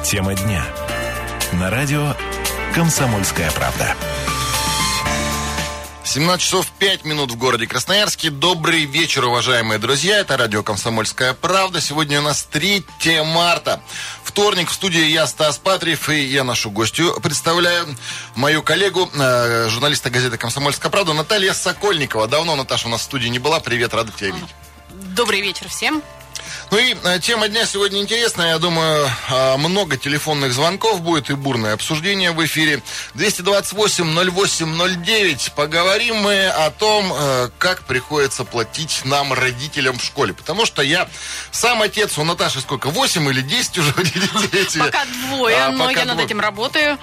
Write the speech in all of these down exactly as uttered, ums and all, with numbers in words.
Тема дня. На радио «Комсомольская правда». семнадцать часов пять минут в городе Красноярске. Добрый вечер, уважаемые друзья. Это радио «Комсомольская правда». Сегодня у нас третье марта. Вторник. В студии я, Стас Патриев, и я нашу гостью представляю. Мою коллегу, э, журналиста газеты «Комсомольская правда» Наталья Сокольникова. Давно Наташа у нас в студии не была. Привет, рада тебя видеть. Добрый вечер всем. Ну и э, тема дня сегодня интересная. Я думаю, э, много телефонных звонков будет и бурное обсуждение в эфире. двести двадцать восемь ноль восемь ноль девять. Поговорим мы о том, э, как приходится платить нам, родителям, в школе. Потому что я сам отец. У Наташи сколько? восемь или десять уже детей? Пока двое, но я над этим работаю.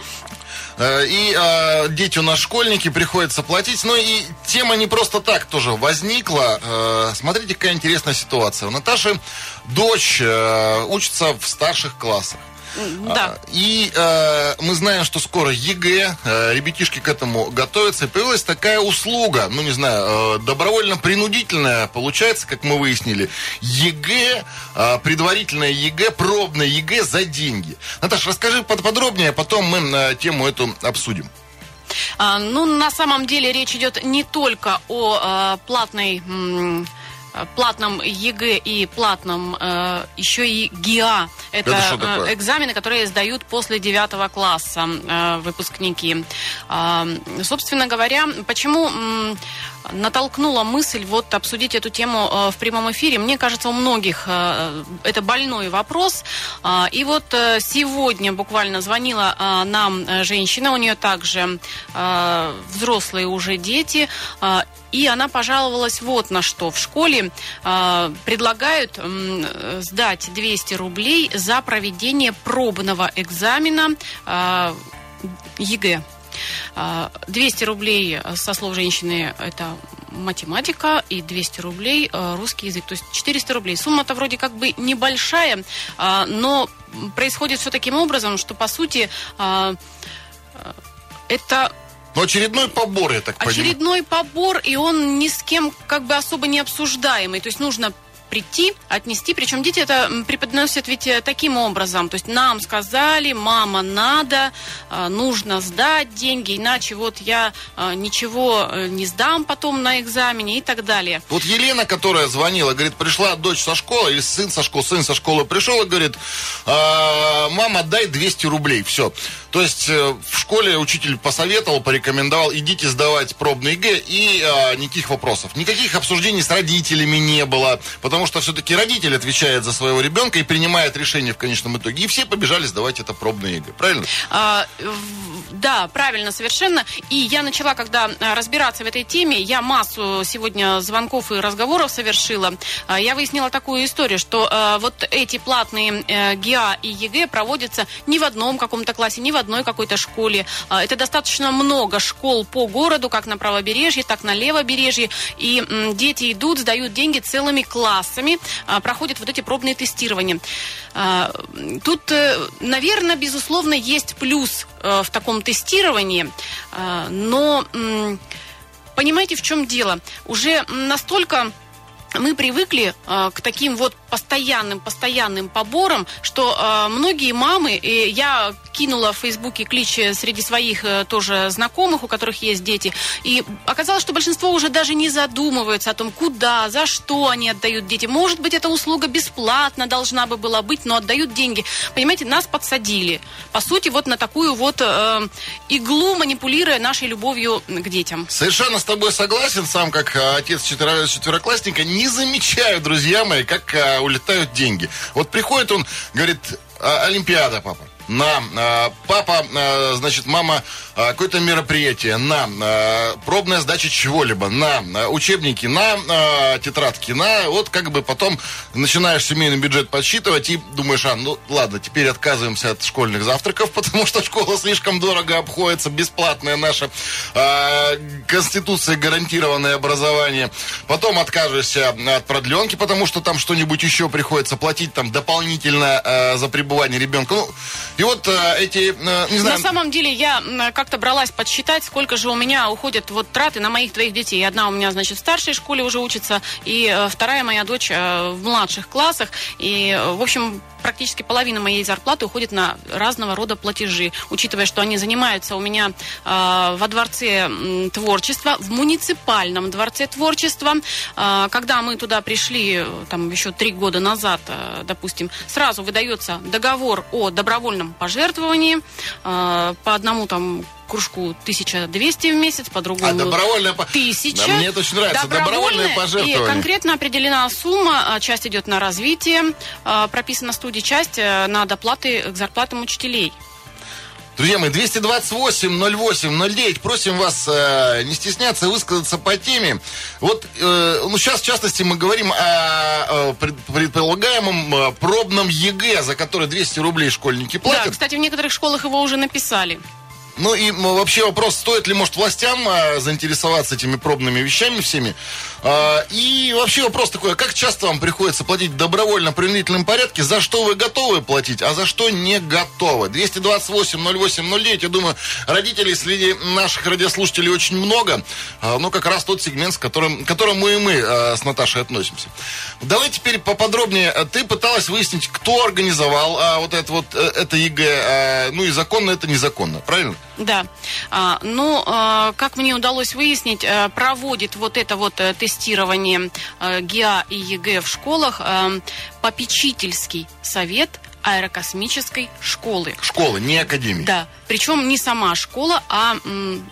И э, дети у нас школьники, приходится платить. Ну и тема не просто так тоже возникла. Э, смотрите, какая интересная ситуация. У Наташи дочь э, учится в старших классах. Да. И э, мы знаем, что скоро ЕГЭ, э, ребятишки к этому готовятся. И появилась такая услуга, ну не знаю, э, добровольно-принудительная, получается, как мы выяснили. ЕГЭ, э, предварительное ЕГЭ, пробное ЕГЭ за деньги. Наташа, расскажи подробнее, потом мы э, тему эту обсудим. А, ну, на самом деле речь идет не только о э, платной... М- платном ЕГЭ и платном э, еще и ГИА. Это, Это э, экзамены, которые сдают после девятого класса э, выпускники. Э, собственно говоря, почему э, натолкнула мысль вот обсудить эту тему э, в прямом эфире? Мне кажется, у многих э, это больной вопрос. Э, и вот э, сегодня буквально звонила э, нам женщина, у нее также э, взрослые уже дети, э, и она пожаловалась вот на что. В школе э, предлагают э, сдать двести рублей за проведение пробного экзамена э, ЕГЭ. Э, двести рублей, со слов женщины, это математика, и двести рублей э, русский язык. То есть четыреста рублей. Сумма-то вроде как бы небольшая, э, но происходит все таким образом, что по сути э, э, это... Но очередной побор, я так понимаю. Очередной побор, и он ни с кем как бы особо не обсуждаемый. То есть нужно прийти, отнести. Причем дети это преподносят ведь таким образом. То есть нам сказали, мама, надо, нужно сдать деньги, иначе вот я ничего не сдам потом на экзамене и так далее. Вот Елена, которая звонила, говорит, пришла дочь со школы, или сын со школы, сын со школы пришел и говорит, мама, дай двести рублей, все. То есть в школе учитель посоветовал, порекомендовал, идите сдавать пробный ЕГЭ, и а, никаких вопросов. Никаких обсуждений с родителями не было, потому что все-таки родитель отвечает за своего ребенка и принимает решение в конечном итоге. И все побежали сдавать это пробное ЕГЭ, правильно? А, да, правильно, совершенно. И я начала, когда разбираться в этой теме, я массу сегодня звонков и разговоров совершила. Я выяснила такую историю, что а, вот эти платные а, ГИА и ЕГЭ проводятся не в одном каком-то классе, не в одной какой-то школе. Это достаточно много школ по городу, как на правобережье, так на левобережье. И м, дети идут, сдают деньги целыми классами, а, проходят вот эти пробные тестирования. А, тут, наверное, безусловно, есть плюс а, в таком тестировании, а, но м, понимаете, в чем дело? Уже настолько мы привыкли э, к таким вот постоянным, постоянным поборам, что э, многие мамы, и я кинула в Фейсбуке клич среди своих э, тоже знакомых, у которых есть дети, и оказалось, что большинство уже даже не задумываются о том, куда, за что они отдают дети. Может быть, эта услуга бесплатно должна бы была быть, но отдают деньги. Понимаете, нас подсадили, по сути, вот на такую вот э, иглу, манипулируя нашей любовью к детям. Совершенно с тобой согласен, сам как отец четверо- четвероклассника, не замечаю, друзья мои, как а, улетают деньги. Вот приходит он, говорит, Олимпиада, папа. На, а, папа, а, значит, мама, а, какое-то мероприятие, на, а, пробная сдача чего-либо, на, а, учебники, на, а, тетрадки, на, вот как бы потом начинаешь семейный бюджет подсчитывать и думаешь, а, ну ладно, теперь отказываемся от школьных завтраков, потому что школа слишком дорого обходится, бесплатное наше а, Конституцией гарантированное образование. Потом откажешься от продленки, потому что там что-нибудь еще приходится платить там дополнительно а, за пребывание ребенка. Ну, И вот э, эти, э, не знаю... На самом деле я как-то бралась подсчитать, сколько же у меня уходят вот траты на моих двоих детей. Одна у меня, значит, в старшей школе уже учится, и э, вторая моя дочь э, в младших классах. И, э, в общем, практически половина моей зарплаты уходит на разного рода платежи, учитывая, что они занимаются у меня э, во Дворце э, творчества, в муниципальном Дворце творчества. Э, когда мы туда пришли, там, еще три года назад, э, допустим, сразу выдается договор о добровольном пожертвовании э, по одному там кружку тысяча двести в месяц, по другому а добровольное тысяча. Да, мне это очень нравится. Добровольное, добровольное пожертвование. И конкретно определена сумма. Часть идет на развитие, э, прописана в студии, часть э, на доплаты к зарплатам учителей. Друзья мои, двести двадцать восемь ноль восемь ноль девять. Просим вас э, не стесняться, высказаться по теме. Вот, э, ну, сейчас, в частности, мы говорим о, о предполагаемом э, пробном ЕГЭ, за который двести рублей школьники платят. Да, кстати, в некоторых школах его уже написали. Ну и вообще вопрос, стоит ли, может, властям а, заинтересоваться этими пробными вещами всеми. А, и вообще вопрос такой, а как часто вам приходится платить в добровольно-принудительном порядке, за что вы готовы платить, а за что не готовы? двести двадцать восемь ноль восемь ноль девять, я думаю, родителей среди наших радиослушателей очень много. А, ну, как раз тот сегмент, с которым, к которому и мы а, с Наташей относимся. Давай теперь поподробнее. Ты пыталась выяснить, кто организовал а, вот это вот это ЕГЭ. А, ну и законно это незаконно, правильно? Да. А, ну, а, как мне удалось выяснить, а, проводит вот это вот а, тестирование а, ГИА и ЕГЭ в школах а, попечительский совет аэрокосмической школы. Школы, не академии. Да. Причем не сама школа, а м-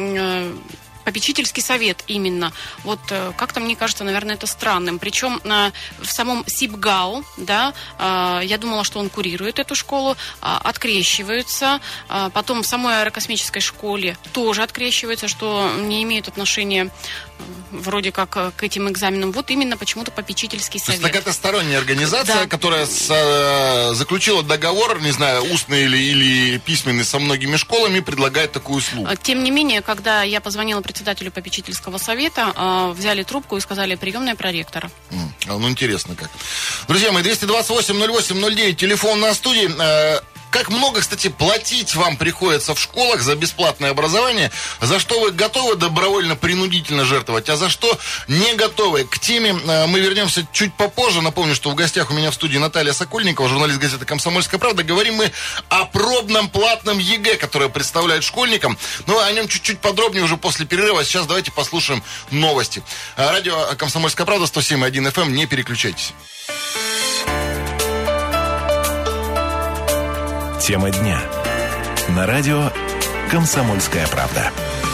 м- попечительский совет именно. Вот как-то мне кажется, наверное, это странным. Причем э, в самом СИБГАУ, да, э, я думала, что он курирует эту школу, э, открещиваются. Э, потом в самой аэрокосмической школе тоже открещиваются, что не имеют отношения э, вроде как к этим экзаменам. Вот именно почему-то попечительский совет. То есть какая-то сторонняя организация, да. которая с, э, заключила договор, не знаю, устный или, или письменный со многими школами, предлагает такую услугу. Тем не менее, когда я позвонила председателю попечительского совета, э, взяли трубку и сказали: приемная проректора. Mm. Ну, интересно как. Друзья мои, двести двадцать восемь ноль восемь ноль девять, телефон на студии. Э, Как много, кстати, платить вам приходится в школах за бесплатное образование, за что вы готовы добровольно-принудительно жертвовать, а за что не готовы. К теме мы вернемся чуть попозже. Напомню, что в гостях у меня в студии Наталья Сокольникова, журналист газеты «Комсомольская правда». Говорим мы о пробном платном ЕГЭ, которое представляет школьникам. Ну, о нем чуть-чуть подробнее уже после перерыва. Сейчас давайте послушаем новости. Радио «Комсомольская правда», сто семь и один эф эм. Не переключайтесь. Тема дня. На радио «Комсомольская правда».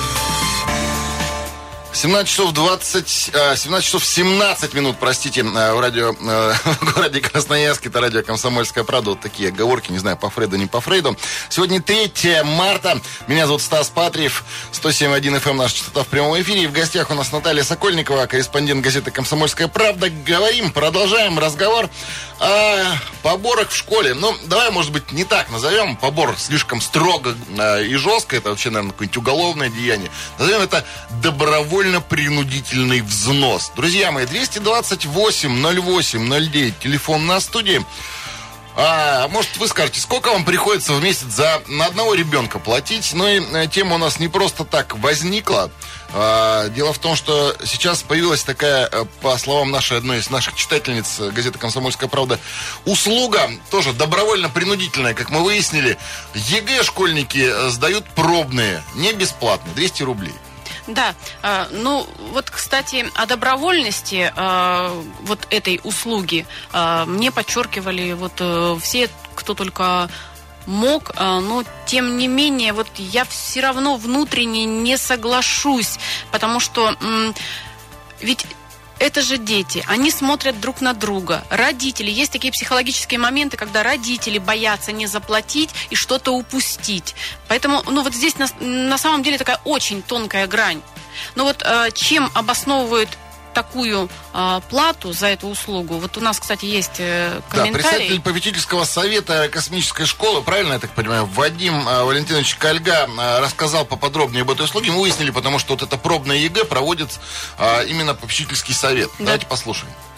семнадцать часов двадцать, семнадцать часов семнадцать минут, простите, в радио, в городе Красноярске, это радио «Комсомольская правда». Вот такие оговорки, не знаю, по Фрейду, не по Фрейду. Сегодня третьего марта. Меня зовут Стас Патриев, сто семь и один эф эм, наша частота в прямом эфире. И в гостях у нас Наталья Сокольникова, корреспондент газеты «Комсомольская правда». Говорим, продолжаем разговор о поборах в школе. Ну, давай, может быть, не так назовем. Побор слишком строго и жестко. Это вообще, наверное, какое-нибудь уголовное деяние. Назовем это добровольно-принудительный взнос. Друзья мои, двести двадцать восемь ноль восемь ноль девять, телефон на студии. А, может, вы скажете, сколько вам приходится в месяц за, на одного ребенка платить? Ну и э, тема у нас не просто так возникла. А, дело в том, что сейчас появилась такая, по словам нашей одной из наших читательниц газеты «Комсомольская правда», услуга, тоже добровольно-принудительная, как мы выяснили. ЕГЭ школьники сдают пробные, не бесплатно, двести рублей. Да, э, ну вот, кстати, о добровольности э, вот этой услуги э, мне подчеркивали вот э, все, кто только мог, э, но тем не менее вот я все равно внутренне не соглашусь, потому что э, ведь это же дети, они смотрят друг на друга. Родители, есть такие психологические моменты, когда родители боятся не заплатить и что-то упустить. Поэтому, ну вот здесь на, на самом деле такая очень тонкая грань. Но вот э, чем обосновывают такую э, плату за эту услугу? Вот у нас, кстати, есть э, комментарий. Да, представитель попечительского совета космической школы, правильно я так понимаю, Вадим э, Валентинович Кольга э, рассказал поподробнее об этой услуге. Мы выяснили, потому что вот это пробное ЕГЭ проводит э, именно попечительский совет. Да. Давайте послушаем.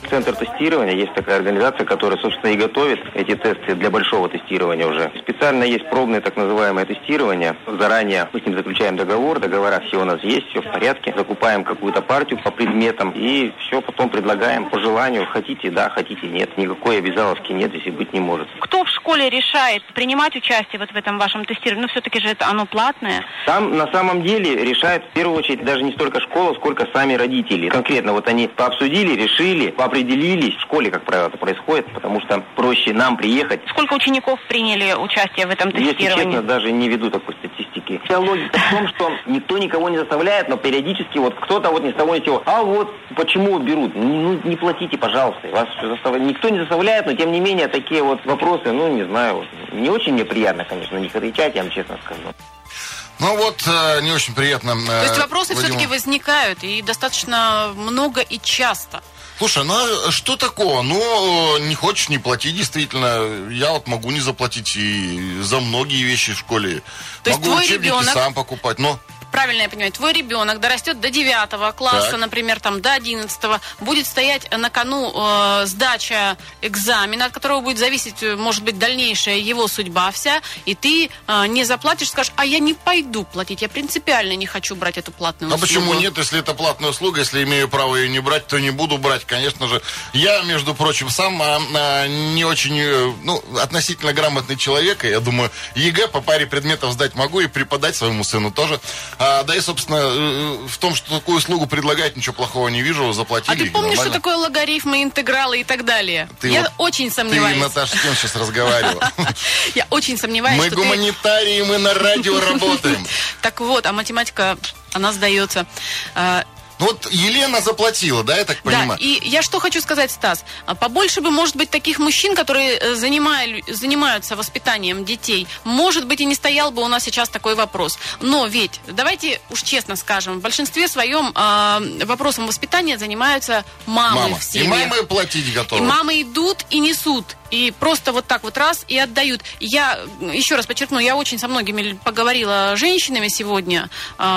Центр тестирования, есть такая организация, которая, собственно, и готовит эти тесты для большого тестирования уже. Специально есть пробное так называемое тестирование. Заранее мы с ним заключаем договор, договора все у нас есть, все в порядке. Закупаем какую-то партию по предметам и все потом предлагаем по желанию. Хотите, да, хотите, нет. Никакой обязаловки нет, если быть не может. Кто в школе решает принимать участие вот в этом вашем тестировании? Ну, все-таки же это оно платное. Там на самом деле решает в первую очередь даже не столько школа, сколько сами родители. Конкретно вот они пообсудили, решили, определились. В школе, как правило, это происходит, потому что проще нам приехать. Сколько учеников приняли участие в этом тестировании? Если честно, даже не веду такой статистики. Вся логика в том, что никто никого не заставляет, но периодически вот кто-то вот ни с того ни с сего. А вот почему берут? Ну, не платите, пожалуйста. Вас заставляют. Никто не заставляет, но тем не менее такие вот вопросы, ну, не знаю, не очень мне приятно, конечно, на них отвечать, я вам честно скажу. Ну вот, э, не очень приятно. Э, То есть вопросы Вадиму... все-таки возникают, и достаточно много и часто. Слушай, ну а что такого? Ну, не хочешь, не плати, действительно. Я вот могу не заплатить и за многие вещи в школе. То могу есть учебники ребенок... сам покупать, но... Правильно я понимаю, твой ребенок дорастет до девятого класса, так. например, там до одиннадцатого, будет стоять на кону э, сдача экзамена, от которого будет зависеть, может быть, дальнейшая его судьба вся, и ты э, не заплатишь, скажешь, а я не пойду платить, я принципиально не хочу брать эту платную а услугу. А почему нет, если это платная услуга, если имею право ее не брать, то не буду брать, конечно же. Я, между прочим, сам а, а, не очень, ну, относительно грамотный человек, и я думаю, ЕГЭ по паре предметов сдать могу и преподать своему сыну тоже. А, да и, собственно, в том, что такую услугу предлагать, ничего плохого не вижу, заплатили. А ты помнишь, нормально. Что такое логарифмы, интегралы и так далее? Ты Я вот, очень сомневаюсь. Ты, Наташа, с кем сейчас разговаривала? Я очень сомневаюсь, Мы что гуманитарии, мы на радио работаем. Так вот, а математика, она сдается... Ну вот Елена заплатила, да, я так понимаю? Да, и я что хочу сказать, Стас. Побольше бы, может быть, таких мужчин, которые занимают, занимаются воспитанием детей. Может быть, и не стоял бы у нас сейчас такой вопрос. Но ведь, давайте уж честно скажем, в большинстве своем э, вопросом воспитания занимаются мамы Мама. в семье. И мамы платить готовы. И мамы идут и несут. И просто вот так вот раз и отдают. Я, еще раз подчеркну, я очень со многими поговорила женщинами сегодня,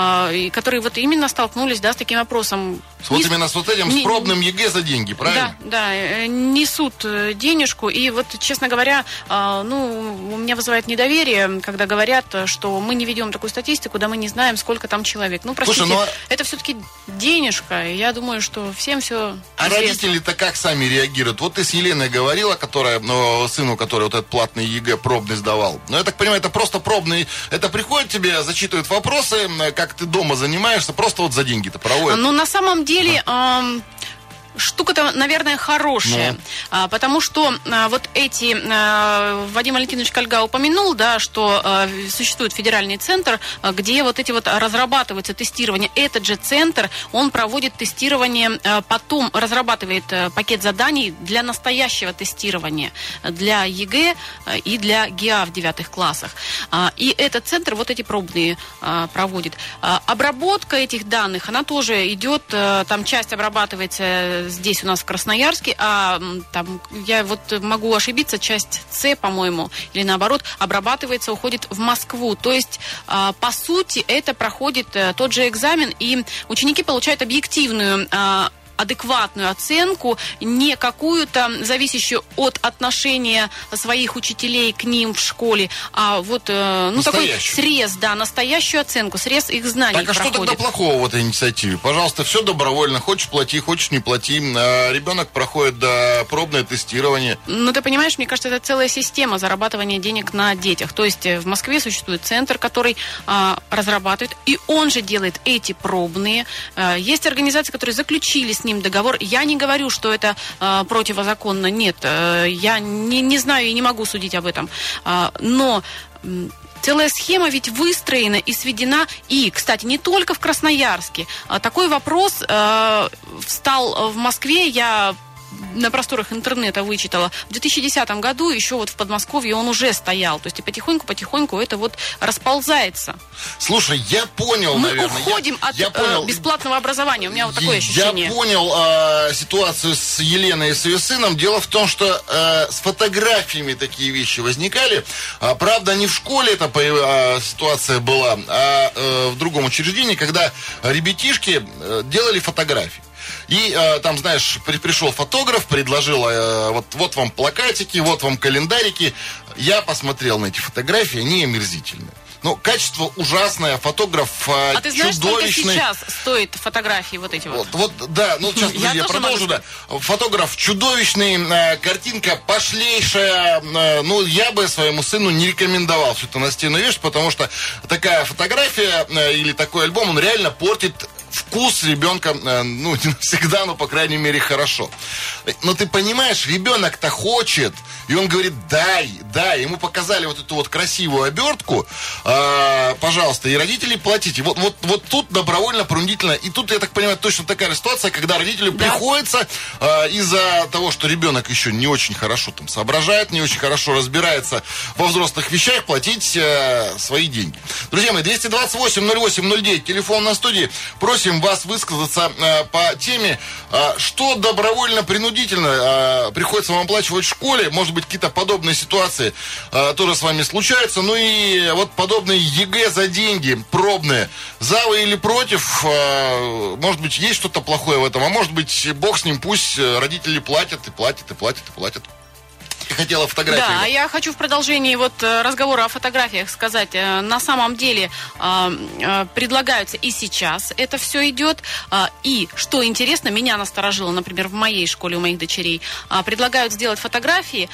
э, которые вот именно столкнулись, да, с таким вопросом. Вот не, именно с вот этим, не, с пробным ЕГЭ за деньги, правильно? Да, да, несут денежку. И вот, честно говоря, э, ну, у меня вызывает недоверие, когда говорят, что мы не ведем такую статистику, да мы не знаем, сколько там человек. Ну, простите, Слушай, ну, это все-таки денежка. И я думаю, что всем все А известно. родители-то как сами реагируют? Вот ты с Еленой говорила, которая, ну, сыну, который вот этот платный ЕГЭ пробный сдавал. Но я так понимаю, это просто пробный. Это приходит тебе, зачитывают вопросы, как ты дома занимаешься, просто вот за деньги-то проводят. Ну, на самом деле... Эм... Штука-то, наверное, хорошая, ну. а, потому что а, вот эти, а, Вадим Валентинович Кольга упомянул, да, что а, существует федеральный центр, а, где вот эти вот разрабатываются тестирования. Этот же центр, он проводит тестирование, а, потом разрабатывает а, пакет заданий для настоящего тестирования, для ЕГЭ а, и для ГИА в девятых классах. А, и этот центр вот эти пробные а, проводит. А, обработка этих данных, она тоже идет, а, там часть обрабатывается здесь у нас в Красноярске, а там я вот могу ошибиться, часть С, по-моему, или наоборот, обрабатывается, уходит в Москву. То есть, по сути, это проходит тот же экзамен, и ученики получают объективную адекватную оценку, не какую-то зависящую от отношения своих учителей к ним в школе, а вот ну, такой срез, да, настоящую оценку, срез их знаний. Так, а проходит. Что тогда плохого в этой инициативе? Пожалуйста, все добровольно. Хочешь плати, хочешь не плати. А ребенок проходит до пробное тестирование. Ну, ты понимаешь, мне кажется, это целая система зарабатывания денег на детях. То есть в Москве существует центр, который а, разрабатывает, и он же делает эти пробные. А, есть организации, которые заключили с ним договор. Я не говорю, что это э, противозаконно. Нет, э, я не, не знаю и не могу судить об этом. Э, но э, целая схема ведь выстроена и сведена. И, кстати, не только в Красноярске. Э, такой вопрос э, встал в Москве. Я на просторах интернета вычитала. В две тысячи десятом году еще вот в Подмосковье он уже стоял. То есть и потихоньку-потихоньку это вот расползается. Слушай, я понял, Мы наверное. Мы уходим я, от я понял, э, бесплатного образования. У меня вот такое ощущение. Я понял э, ситуацию с Еленой и с ее сыном. Дело в том, что э, с фотографиями такие вещи возникали. А, правда, не в школе эта э, ситуация была, а э, в другом учреждении, когда ребятишки э, делали фотографии. И э, там, знаешь, при, пришел фотограф, предложил, э, вот, вот вам плакатики, вот вам календарики. Я посмотрел на эти фотографии, они омерзительные. Ну, качество ужасное, фотограф э, а ты знаешь, чудовищный. Сколько сейчас стоят фотографии вот эти вот? Вот, вот да, ну сейчас я, я продолжу, да. Фотограф чудовищный, э, картинка пошлейшая. Э, ну, я бы своему сыну не рекомендовал все это на стену вешать, потому что такая фотография э, или такой альбом, он реально портит вкус ребенка, э, ну, не навсегда, но, по крайней мере, хорошо. Но ты понимаешь, ребенок-то хочет, и он говорит, дай, дай. Ему показали вот эту вот красивую обертку, э, пожалуйста, и родители платите. Вот, вот, вот тут добровольно-принудительно. И тут, я так понимаю, точно такая ситуация, когда родителю да. приходится э, из-за того, что ребенок еще не очень хорошо там соображает, не очень хорошо разбирается во взрослых вещах, платить э, свои деньги. Друзья мои, двести двадцать восемь ноль восемь ноль девять, телефон на студии. Просим вас высказаться э, по теме, э, что добровольно-принудительно э, приходится вам оплачивать в школе. Может быть, какие-то подобные ситуации э, тоже с вами случаются. Ну и вот подобные ЕГЭ за деньги, пробные. За вы или против? Э, может быть, есть что-то плохое в этом, а может быть, бог с ним, пусть родители платят и платят, и платят, и платят. Ты хотела фотографии. Да, я хочу в продолжении вот разговора о фотографиях сказать. На самом деле э, предлагаются и сейчас это все идет. И, что интересно, меня насторожило, например, в моей школе у моих дочерей, предлагают сделать фотографии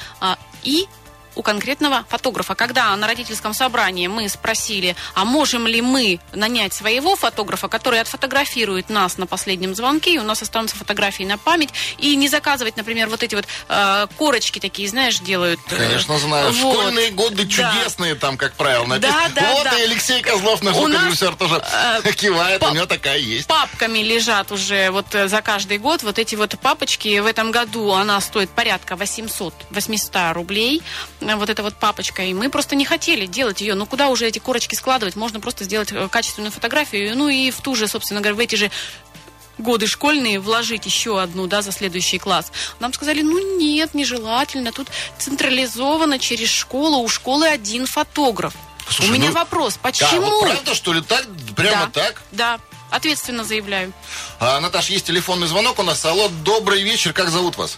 и у конкретного фотографа. Когда на родительском собрании мы спросили, а можем ли мы нанять своего фотографа, который отфотографирует нас на последнем звонке, и у нас останутся фотографии на память, и не заказывать, например, вот эти вот э, корочки такие, знаешь, делают. Конечно, знаю. Вот. Школьные годы да. чудесные там, как правило, написано. Да, да, вот да. И Алексей Козлов, наш звукорежиссер, тоже э, кивает, пап- у него такая есть. Папками лежат уже вот за каждый год вот эти вот папочки. В этом году она стоит порядка восемьсот рублей. Вот эта вот папочка, и мы просто не хотели делать ее. Ну, куда уже эти корочки складывать? Можно просто сделать качественную фотографию, ну, и в ту же, собственно говоря, в эти же годы школьные вложить еще одну, да, за следующий класс. Нам сказали, ну, нет, нежелательно. Тут централизовано через школу, у школы один фотограф. Слушай, у меня ну, вопрос, почему? Да, вот правда, что ли, так? Прямо да, так? Да, ответственно заявляю. А, Наташа, есть телефонный звонок у нас. Алло, добрый вечер, как зовут вас?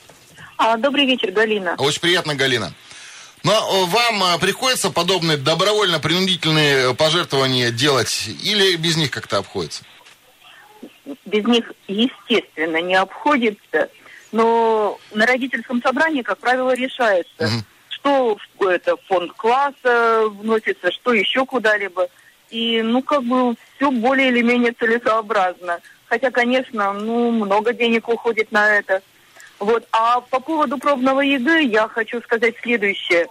А, добрый вечер, Галина. Очень приятно, Галина. Но вам приходится подобные добровольно-принудительные пожертвования делать или без них как-то обходится? Без них, естественно, не обходится. Но на родительском собрании, как правило, решается, угу. что это в фонд класса вносится, что еще куда-либо. И, ну, как бы все более или менее целесообразно. Хотя, конечно, ну, много денег уходит на это. Вот. А по поводу пробного ЕГЭ я хочу сказать следующее,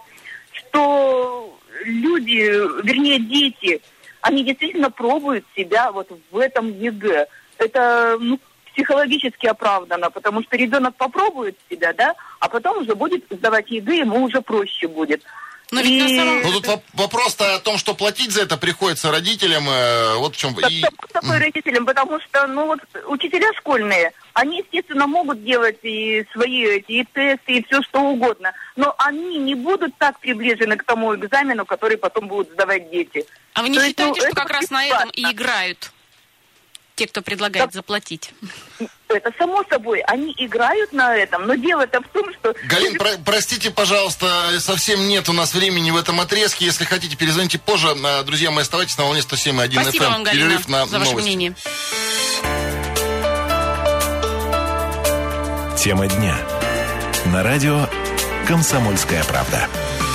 что люди, вернее дети, они действительно пробуют себя вот в этом ЕГЭ. Это ну, психологически оправдано, потому что ребенок попробует себя, да, а потом уже будет сдавать ЕГЭ, ему уже проще будет. Но ведь и... на самом... Ну, тут вопрос-то о том, что платить за это приходится родителям, э, вот в чем... И... Такой родителям, потому что, ну, вот, учителя школьные, они, естественно, могут делать и свои эти, и тесты, и все что угодно, но они не будут так приближены к тому экзамену, который потом будут сдавать дети. А вы не То считаете, есть, ну, что как раз на этом и играют те, кто предлагает так, заплатить? Это само собой, они играют на этом, но дело-то в том, что... Галин, про- простите, пожалуйста, совсем нет у нас времени в этом отрезке. Если хотите, перезвоните позже. Друзья мои, оставайтесь на волне сто семь и один эф эм. Спасибо вам, Галина, перерыв на за ваше новости. мнение. Тема дня. На радио «Комсомольская правда».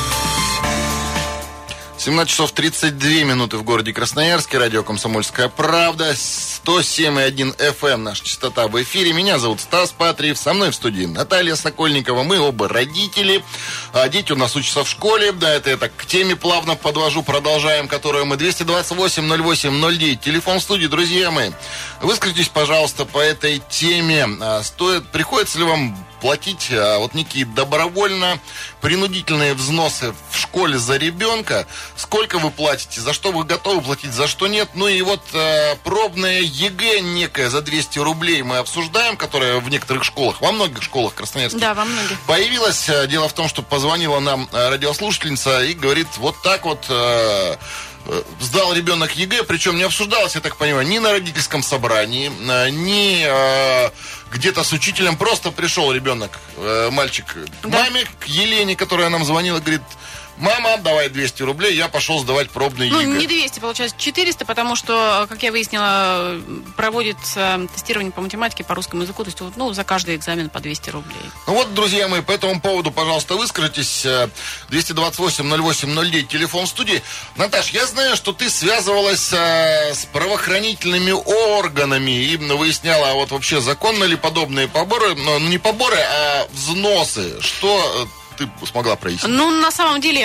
семнадцать часов тридцать две минуты в городе Красноярске. Радио «Комсомольская правда». сто семь и один эф эм. Наша частота в эфире. Меня зовут Стас Патриев. Со мной в студии Наталья Сокольникова. Мы оба родители. А дети у нас учатся в школе. Да, это я так к теме плавно подвожу. Продолжаем, которую мы двести двадцать восемь ноль восемь ноль девять. Телефон студии, друзья мои. Выскажитесь, пожалуйста, по этой теме. Стоит, приходится ли вам платить а, вот некие добровольно принудительные взносы в школе за ребенка? Сколько вы платите? За что вы готовы платить? За что нет? Ну и вот а, пробное ЕГЭ некое за двести рублей мы обсуждаем, которое в некоторых школах, во многих школах красноярских. Да, во многих. Появилось. Дело в том, что позвонила нам радиослушательница и говорит, вот так вот... А, Сдал ребенок ЕГЭ, причем не обсуждалось, я так понимаю, ни на родительском собрании, ни э, где-то с учителем. Просто пришел ребенок, э, мальчик, к да. маме, к Елене, которая нам звонила, говорит: мама, давай двести рублей, я пошел сдавать пробный ну, ЕГЭ. Ну, не двести, получается четыреста, потому что, как я выяснила, проводится тестирование по математике, по русскому языку, то есть, ну, за каждый экзамен по двести рублей. Ну вот, друзья мои, по этому поводу, пожалуйста, выскажитесь. двести двадцать восемь ноль восемь ноль девять, телефон студии. Наташ, я знаю, что ты связывалась а, с правоохранительными органами и выясняла, вот вообще законно ли подобные поборы, ну, не поборы, а взносы. Что ты смогла прояснить? Ну, на самом деле,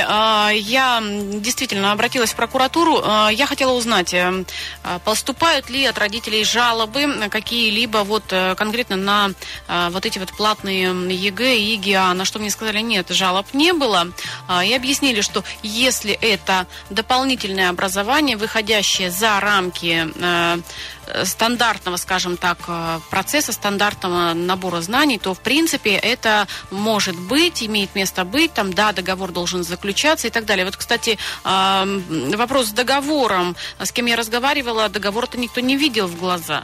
я действительно обратилась в прокуратуру. Я хотела узнать, поступают ли от родителей жалобы какие-либо вот конкретно на вот эти вот платные ЕГЭ и ЕГЭА. На что мне сказали, нет, жалоб не было. И объяснили, что если это дополнительное образование, выходящее за рамки стандартного, скажем так, процесса, стандартного набора знаний, то, в принципе, это может быть, имеет место быть, там, да, договор должен заключаться и так далее. Вот, кстати, вопрос с договором, с кем я разговаривала, договор-то никто не видел в глаза.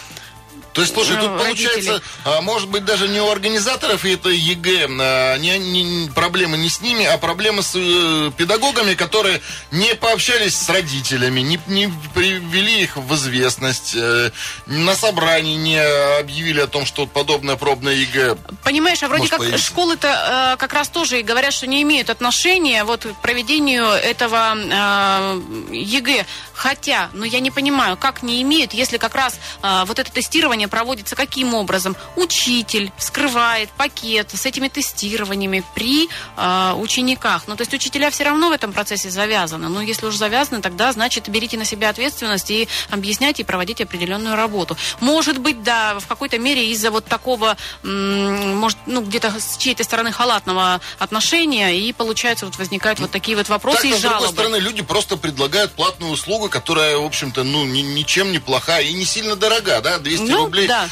То есть, слушай, тут родителей. Получается, может быть, даже не у организаторов это ЕГЭ, не, не, проблемы не с ними, а проблемы с э, педагогами, которые не пообщались с родителями, не, не привели их в известность, э, на собрании не объявили о том, что подобное пробное ЕГЭ. Понимаешь, а вроде как появиться. Школы-то э, как раз тоже и говорят, что не имеют отношения вот к проведению этого э, ЕГЭ. Хотя, ну я не понимаю, как не имеют, если как раз э, вот это тестирование проводится каким образом? Учитель вскрывает пакет с этими тестированиями при э, учениках. Ну, то есть учителя все равно в этом процессе завязаны. Ну, если уж завязаны, тогда, значит, берите на себя ответственность и объясняйте, и проводите определенную работу. Может быть, да, в какой-то мере из-за вот такого, м- может, ну, где-то с чьей-то стороны халатного отношения, и, получается, вот возникают вот такие вот вопросы и жалобы. С другой стороны, люди просто предлагают платную услугу, которая, в общем-то, ну, ни, ничем не плохая и не сильно дорога, да, двести ну, рублей да.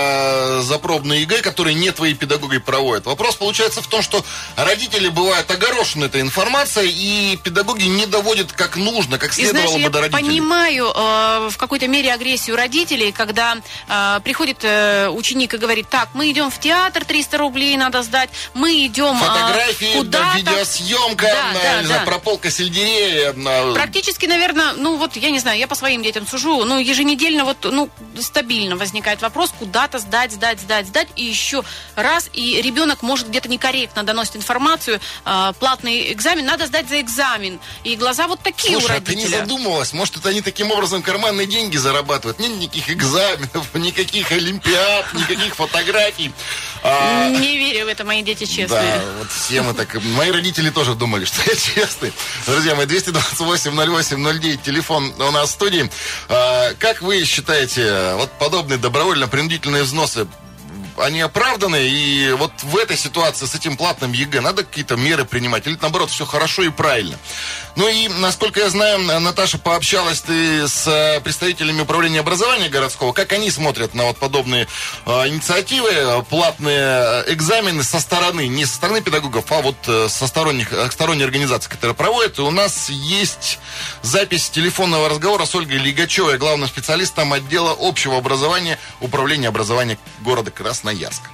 а, за пробный ЕГЭ, который не твои педагоги проводят. Вопрос получается в том, что родители бывают огорошены этой информацией, и педагоги не доводят как нужно, как следовало и, знаешь, бы до родителей. Я понимаю э, в какой-то мере агрессию родителей, когда э, приходит э, ученик и говорит: так, мы идем в театр, триста рублей надо сдать, мы идем фотографии, э, куда-то. видеосъемка, да, на, да, не знаю, да. прополка сельдерея. На... Практически, наверное, ну вот, я не знаю, я по своим детям сужу, ну, еженедельно вот, ну, стабильно возникает вопрос, куда-то сдать, сдать, сдать, сдать, и еще раз, и ребенок может где-то некорректно доносить информацию, э, платный экзамен, надо сдать за экзамен, и глаза вот такие. Слушай, у а родителя. ты не задумывалась, может, это они таким образом карманные деньги зарабатывают? Нет никаких экзаменов, никаких олимпиад, никаких фотографий. А... Не верю в это, мои дети честные. Да, вот все мы так... Мои родители тоже думали, что я честный. Друзья мои, двести двадцать восемь ноль восемь ноль девять, телефон у нас в студии. А, как вы считаете, вот подобные добровольно-принудительные взносы, они оправданы? И вот в этой ситуации с этим платным ЕГЭ надо какие-то меры принимать? Или, наоборот, все хорошо и правильно? Ну и, насколько я знаю, Наташа, пообщалась ты с представителями управления образования городского. Как они смотрят на вот подобные э, инициативы, платные экзамены со стороны, не со стороны педагогов, а вот э, со сторонних, сторонней организации, которая проводит. И у нас есть запись телефонного разговора с Ольгой Лигачевой, главным специалистом отдела общего образования управления образования города Красноярска.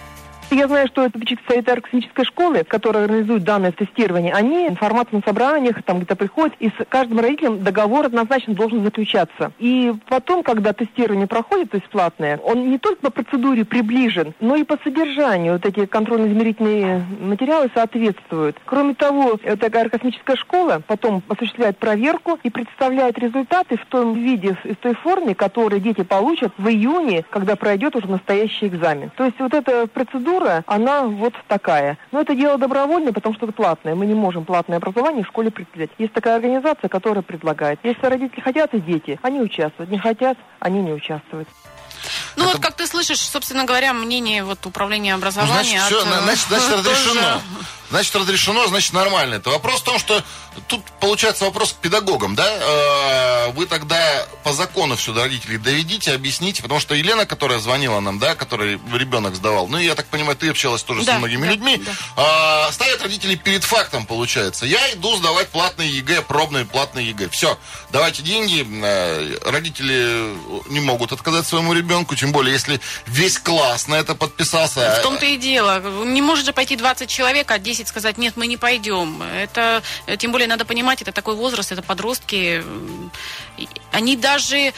Я знаю, что это санитарно космической школы, которая организует данное тестирование, они информацию на собраниях, там где-то приходят, и с каждым родителем договор однозначно должен заключаться. И потом, когда тестирование проходит, то есть платное, он не только по процедуре приближен, но и по содержанию. Вот эти контрольно-измерительные материалы соответствуют. Кроме того, эта аэрокосмическая школа потом осуществляет проверку и представляет результаты в том виде, в той форме, которые дети получат в июне, когда пройдет уже настоящий экзамен. То есть вот эта процедура, она вот такая. Но это дело добровольное, потому что это платное. Мы не можем платное образование в школе предпринять. Есть такая организация, которая предлагает. Если родители хотят и дети, они участвуют. Не хотят, они не участвуют. Ну это... вот как ты слышишь, собственно говоря, мнение вот управления образования... Ну, значит, от... все, значит, значит разрешено. Значит, разрешено, значит, нормально. Это вопрос в том, что тут получается вопрос к педагогам, да? Вы тогда по закону все до родителей доведите, объясните, потому что Елена, которая звонила нам, да, которой ребенок сдавал, ну, я так понимаю, ты общалась тоже да, с многими да, людьми, да. ставят родителей перед фактом, получается. Я иду сдавать платные ЕГЭ, пробные платные ЕГЭ. Все, давайте деньги. Родители не могут отказать своему ребенку, тем более, если весь класс на это подписался. В том-то и дело. Не может же пойти двадцать человек, а десять сказать, нет, мы не пойдем. Это, тем более, надо понимать, это такой возраст, это подростки. Они даже...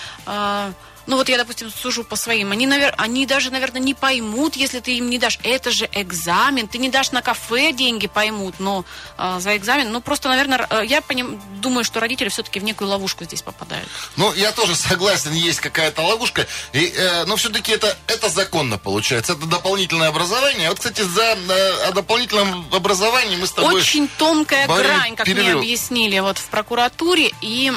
Ну вот я, допустим, сужу по своим. Они, навер... Они даже, наверное, не поймут, если ты им не дашь. Это же экзамен. Ты не дашь на кафе, деньги поймут, но э, за экзамен... Ну просто, наверное, я поним... думаю, что родители все-таки в некую ловушку здесь попадают. Ну, я тоже согласен, есть какая-то ловушка. И, э, но все-таки это, это законно получается. Это дополнительное образование. Вот, кстати, за э, о дополнительном образовании мы с тобой... Очень тонкая грань, как перерыв. мне объяснили вот в прокуратуре. И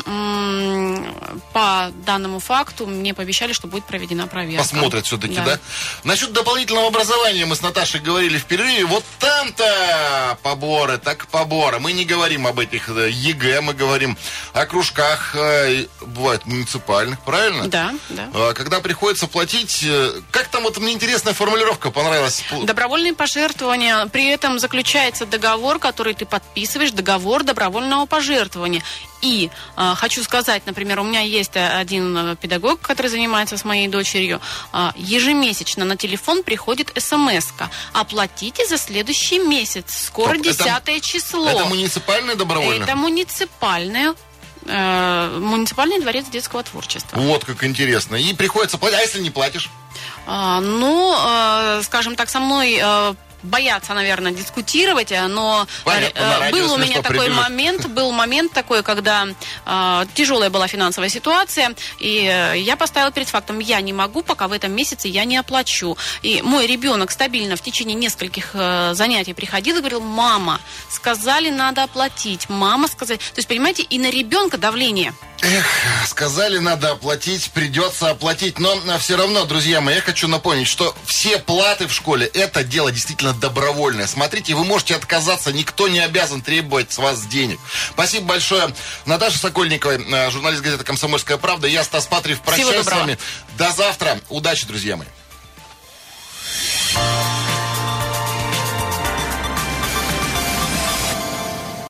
м- по данному факту мне пообещали, что будет проведена проверка. Посмотрят все-таки, да. да? Насчет дополнительного образования мы с Наташей говорили в перерыве. Вот там-то поборы, так поборы. Мы не говорим об этих ЕГЭ, мы говорим о кружках, бывает, муниципальных, правильно? Да, да. Когда приходится платить, как там, вот мне интересная формулировка понравилась. Добровольные пожертвования, при этом заключается договор, который ты подписываешь, договор добровольного пожертвования. И э, хочу сказать, например, у меня есть один педагог, который занимается с моей дочерью. Э, ежемесячно на телефон приходит смс-ка. Оплатите за следующий месяц. Скоро десятое число. Это муниципальное добровольное? Это муниципальное. Э, муниципальный дворец детского творчества. Вот как интересно. И приходится платить. А если не платишь? Э, ну, э, скажем так, со мной... Э, боятся, наверное, дискутировать, но Понятно, э, был у меня такой прибежит. момент, был момент такой, когда э, тяжелая была финансовая ситуация, и э, я поставила перед фактом, я не могу, пока в этом месяце я не оплачу. И мой ребенок стабильно в течение нескольких э, занятий приходил и говорил, мама, сказали, надо оплатить, мама сказали. То есть, понимаете, и на ребенка давление. Эх, сказали, надо оплатить, придется оплатить. Но все равно, друзья мои, я хочу напомнить, что все платы в школе, это дело действительно добровольное. Смотрите, вы можете отказаться, никто не обязан требовать с вас денег. Спасибо большое Наташе Сокольниковой, журналист газеты «Комсомольская правда». Я, Стас Патриев, прощаюсь с вами. До завтра. Удачи, друзья мои.